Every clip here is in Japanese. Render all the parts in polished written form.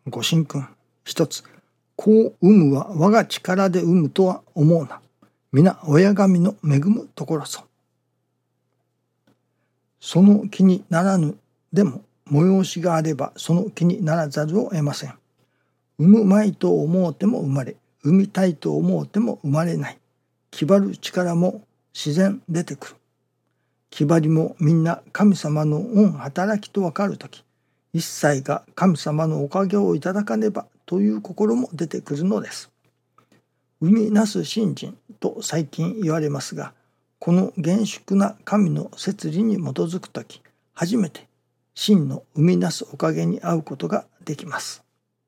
ご神君。一つ。子を産むは我が力で産むとは思うな。皆親神の恵むところぞ。その気にならぬでも催しがあればその気にならざるを得ません。産むまいと思うても生まれ、産みたいと思うても生まれない。気張る力も自然出てくる。気張りもみんな神様の御働きとわかるとき、一切が神様のおかげをいただかねばという心も出てくるのです。生みなす信心と最近言われますが、この厳粛な神の摂理に基づくとき、初めて真の生みなすおかげに会うことができます。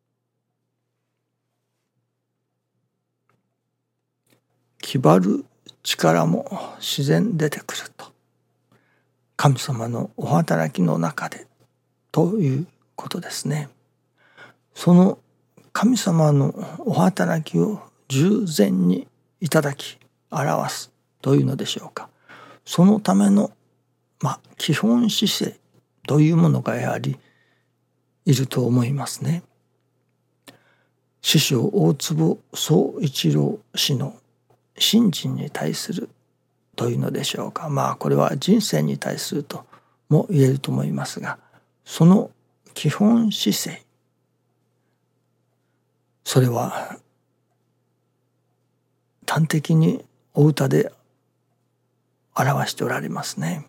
気張る力も自然出てくると。神様のお働きの中でということですね。その神様のお働きを従前にいただき表すというのでしょうか。そのための基本姿勢というものがやはりいると思いますね。師匠大坪宗一郎氏の信心に対するというのでしょうか。これは人生に対するとも言えると思いますが、その基本姿勢、それは端的にお歌で表しておられますね。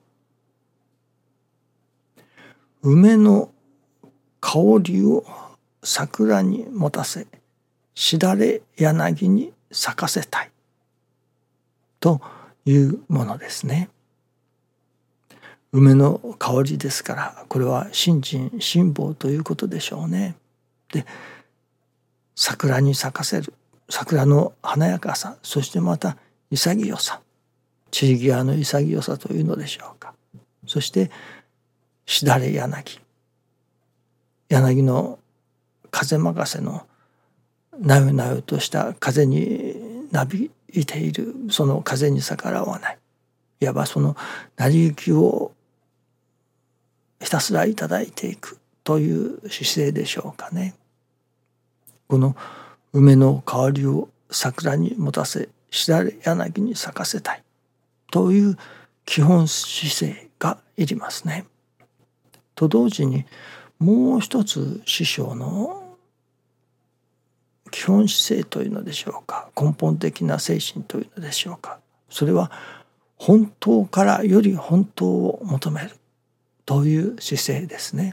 梅の香りを桜に持たせ、しだれ柳に咲かせたいというものですね。梅の香りですから、これは信心信望ということでしょうね。で、桜に咲かせる、桜の華やかさ、そしてまた潔さ、散り際の潔さというのでしょうか。そしてしだれ柳、柳の風任せのなよなよとした風になびいている、その風に逆らわない、いわばその成り行きをひたすらいただいていくという姿勢でしょうかね。この梅の香りを桜に持たせ、しだれ柳に咲かせたいという基本姿勢がいりますね。と同時にもう一つ師匠の基本姿勢というのでしょうか、根本的な精神というのでしょうか、それは本当からより本当を求めるという姿勢ですね。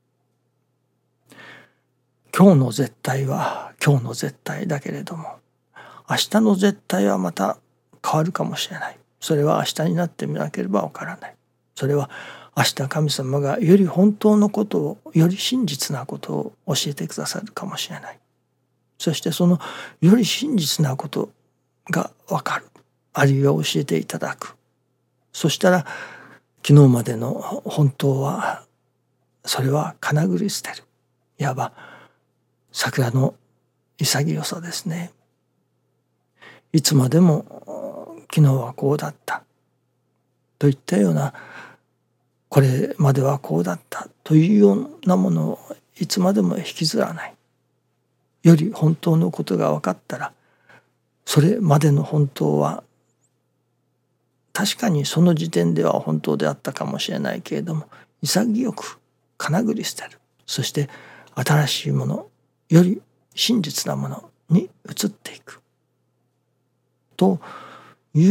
今日の絶対は今日の絶対だけれども、明日の絶対はまた変わるかもしれない。それは明日になってみなければわからない。それは明日神様がより本当のことを、より真実なことを教えてくださるかもしれない。そしてそのより真実なことがわかる、あるいは教えていただく。そしたら昨日までの本当は、それはかなぐり捨てる、いわば桜の潔さですね。いつまでも昨日はこうだったといったような、これまではこうだったというようなものをいつまでも引きずらない。より本当のことが分かったら、それまでの本当は確かにその時点では本当であったかもしれないけれども、潔くかなぐり捨てる。そして新しいもの、より真実なものに移っていくという、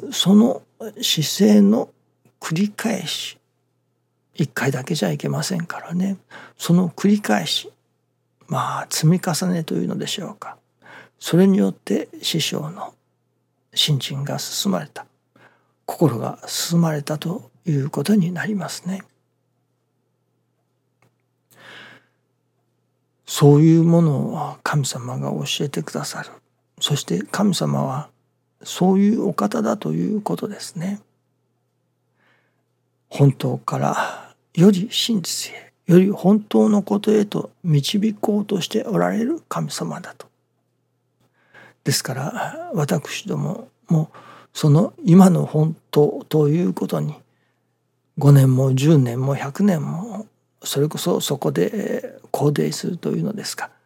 その姿勢の繰り返し、一回だけじゃいけませんからね。その繰り返し、積み重ねというのでしょうか。それによって師匠の信心が進まれた、心が進まれたということになりますね。そういうものを神様が教えてくださる。そして神様はそういうお方だということですね。本当からより真実へ、より本当のことへと導こうとしておられる神様だと。ですから私どももその今の本当ということに5年も10年も100年も、それこそそこで肯定するというのですか、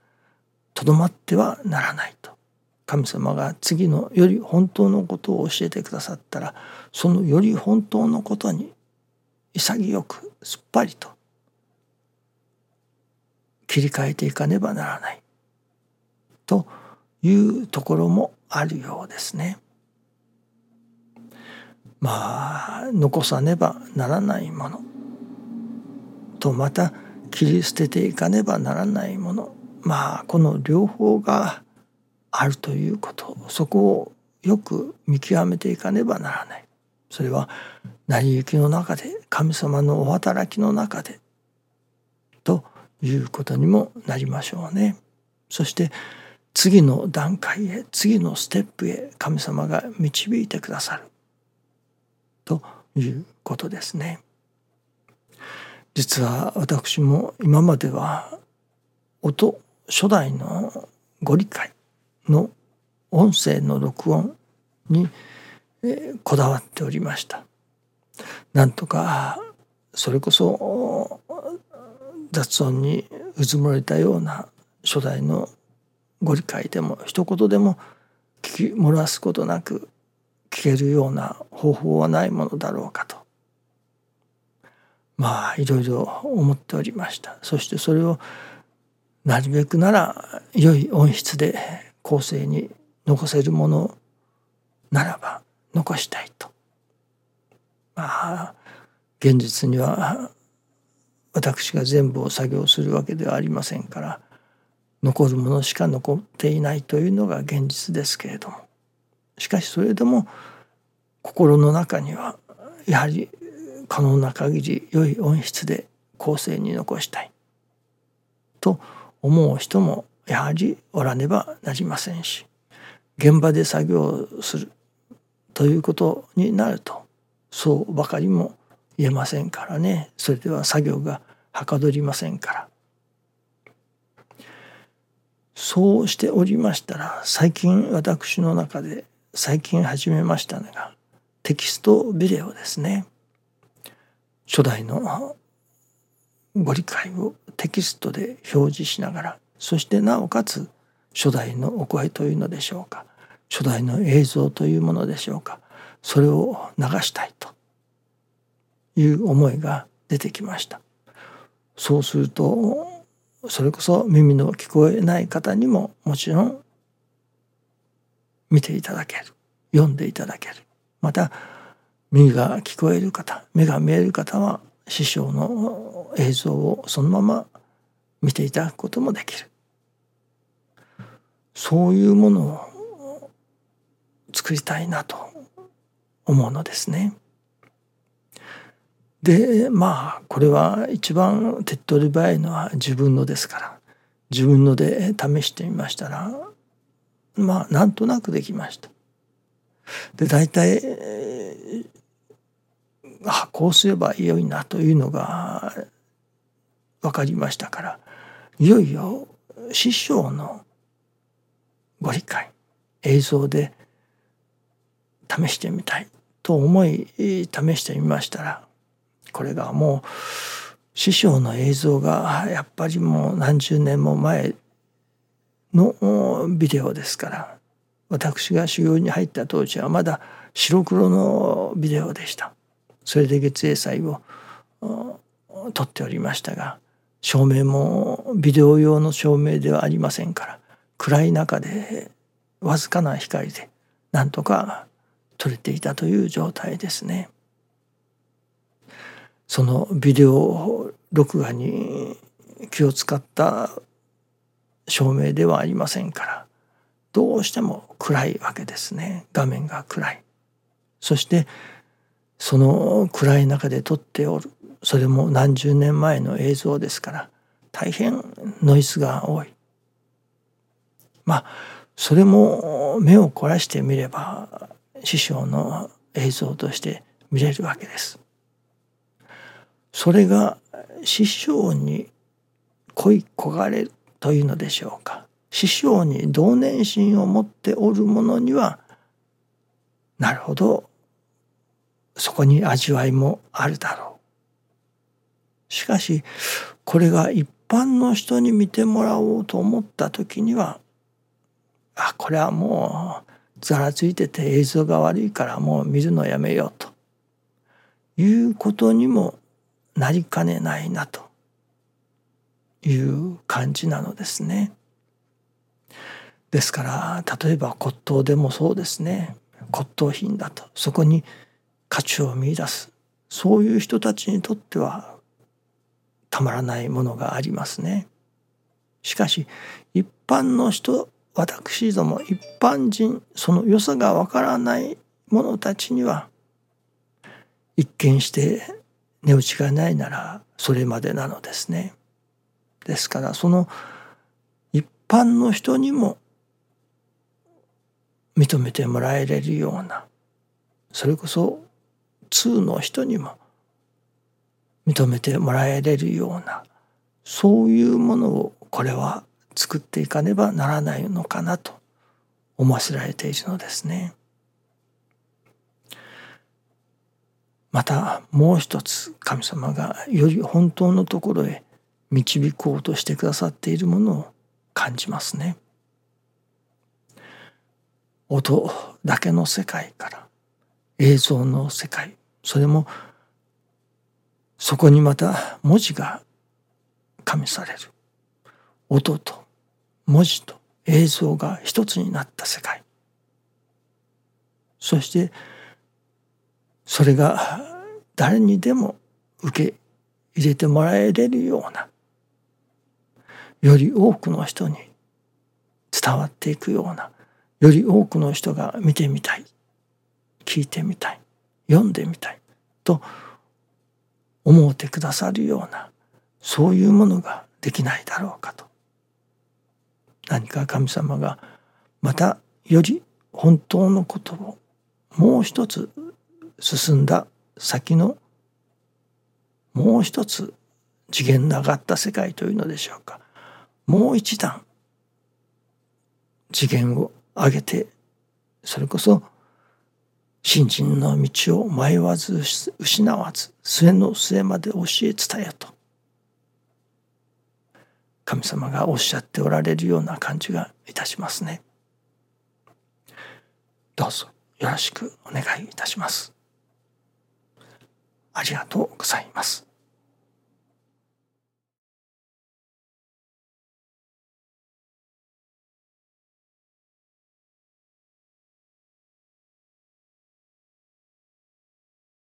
とどまってはならないと。神様が次のより本当のことを教えてくださったら、そのより本当のことに潔くすっぱりと切り替えていかねばならないというところもあるようですね。残さねばならないものと、また切り捨てていかねばならないもの、この両方があるということ、そこをよく見極めていかねばならない。それは成り行きの中で、神様のお働きの中でということにもなりましょうね。そして次の段階へ、次のステップへ神様が導いてくださるということですね。実は私も今までは初代のご理解の音声の録音にこだわっておりました。なんとかそれこそ雑音にうずもれたような初代のご理解でも一言でも聞き漏らすことなく聞けるような方法はないものだろうかといろいろ思っておりました。そしてそれをなるべくなら良い音質で後世に残せるものならば残したいと。現実には私が全部を作業するわけではありませんから、残るものしか残っていないというのが現実ですけれども、しかしそれでも心の中にはやはり可能な限り良い音質で後世に残したいと思う人もやはりおらねばなりませんし、現場で作業するということになるとそうばかりも言えませんからね。それでは作業がはかどりませんから。そうしておりましたら、私の中で最近始めましたのがテキストビデオですね。初代のご理解をテキストで表示しながら、そしてなおかつ初代のお声というのでしょうか、初代の映像というものでしょうか、それを流したいという思いが出てきました。そうするとそれこそ耳の聞こえない方にももちろん見ていただける、読んでいただける、また耳が聞こえる方、目が見える方は師匠の映像をそのまま見ていただくこともできる。そういうものを作りたいなと思うのですね。でこれは一番手っ取り早いのは自分のですから、自分ので試してみましたらなんとなくできました。で大体こうすれば良いなというのが分かりましたから、いよいよ師匠のご理解映像で試してみたいと思い試してみましたら、これがもう師匠の映像がやっぱりもう何十年も前のビデオですから、私が修行に入った当時はまだ白黒のビデオでした。それで月影祭を撮っておりましたが、照明もビデオ用の照明ではありませんから、暗い中でわずかな光でなんとか撮れていたという状態ですね。そのビデオ録画に気を使った照明ではありませんから、どうしても暗いわけですね。画面が暗い。そしてその暗い中で撮っておる、それも何十年前の映像ですから大変ノイズが多い。それも目を凝らしてみれば師匠の映像として見れるわけです。それが師匠に恋焦がれるというのでしょうか、師匠に同年心を持っておる者にはなるほどそこに味わいもあるだろう。しかしこれが一般の人に見てもらおうと思った時には、これはもうざらついてて映像が悪いからもう見るのやめようということにもなりかねないなという感じなのですね。ですから例えば骨董でもそうですね。骨董品だとそこに価値を見出す、そういう人たちにとってはたまらないものがありますね。しかし一般の人、私ども一般人、その良さがわからない者たちには一見して値打ちがないならそれまでなのですね。ですからその一般の人にも認めてもらえれるような、それこそ通の人にも認めてもらえれるような、そういうものをこれは作っていかねばならないのかなと思わせられているのですね。またもう一つ、神様がより本当のところへ導こうとしてくださっているものを感じますね。音だけの世界から映像の世界、それもそこにまた文字が加味される、音と文字と映像が一つになった世界、そしてそれが誰にでも受け入れてもらえれるような、より多くの人に伝わっていくような、より多くの人が見てみたい、聞いてみたい、読んでみたいと思ってくださるような、そういうものができないだろうかと。何か神様がまたより本当のことをもう一つ進んだ先のもう一つ次元の上がった世界というのでしょうか、もう一段次元を上げて、それこそ信心の道を迷わず失わず末の末まで教え伝えと神様がおっしゃっておられるような感じがいたしますね。どうぞよろしくお願いいたします。ありがとうございます。